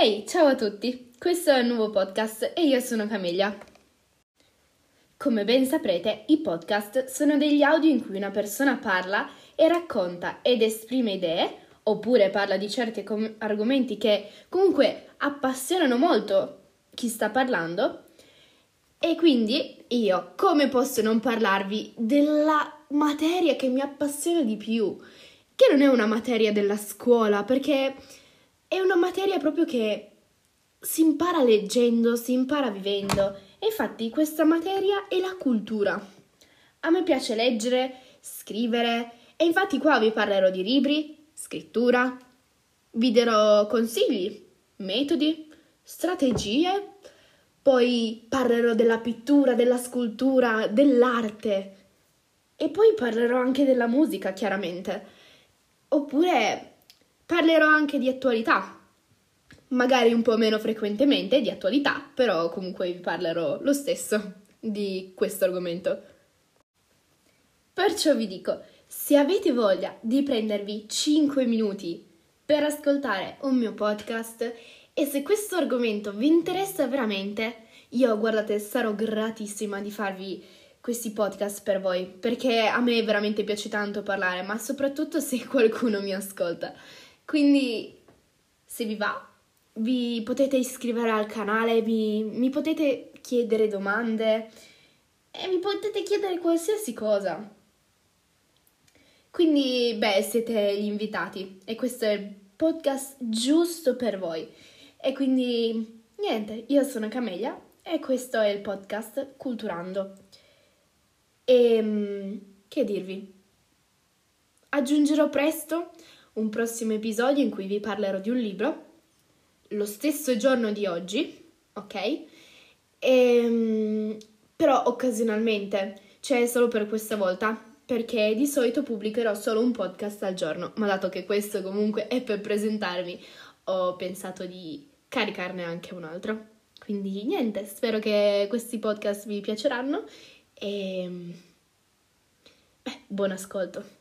Ehi, ciao a tutti! Questo è un nuovo podcast e io sono Camelia. Come ben saprete, i podcast sono degli audio in cui una persona parla e racconta ed esprime idee, oppure parla di certi argomenti che comunque appassionano molto chi sta parlando. E quindi io come posso non parlarvi della materia che mi appassiona di più? Che non è una materia della scuola, perché è una materia proprio che si impara leggendo, si impara vivendo. E infatti questa materia è la cultura. A me piace leggere, scrivere e infatti qua vi parlerò di libri, scrittura, vi darò consigli, metodi, strategie, poi parlerò della pittura, della scultura, dell'arte e poi parlerò anche della musica, chiaramente. Oppure parlerò anche di attualità, magari un po' meno frequentemente di attualità, però comunque vi parlerò lo stesso di questo argomento. Perciò vi dico, se avete voglia di prendervi 5 minuti per ascoltare un mio podcast e se questo argomento vi interessa veramente, io guardate sarò gratissima di farvi questi podcast per voi, perché a me veramente piace tanto parlare, ma soprattutto se qualcuno mi ascolta. Quindi, se vi va, vi potete iscrivere al canale, mi potete chiedere domande e mi potete chiedere qualsiasi cosa. Quindi, siete gli invitati e questo è il podcast giusto per voi. E quindi, niente, io sono Camelia e questo è il podcast Culturando. E che dirvi? Aggiungerò presto un prossimo episodio in cui vi parlerò di un libro, lo stesso giorno di oggi, ok? Però occasionalmente, cioè solo per questa volta, perché di solito pubblicherò solo un podcast al giorno, ma dato che questo comunque è per presentarmi, ho pensato di caricarne anche un altro. Quindi niente, spero che questi podcast vi piaceranno e buon ascolto.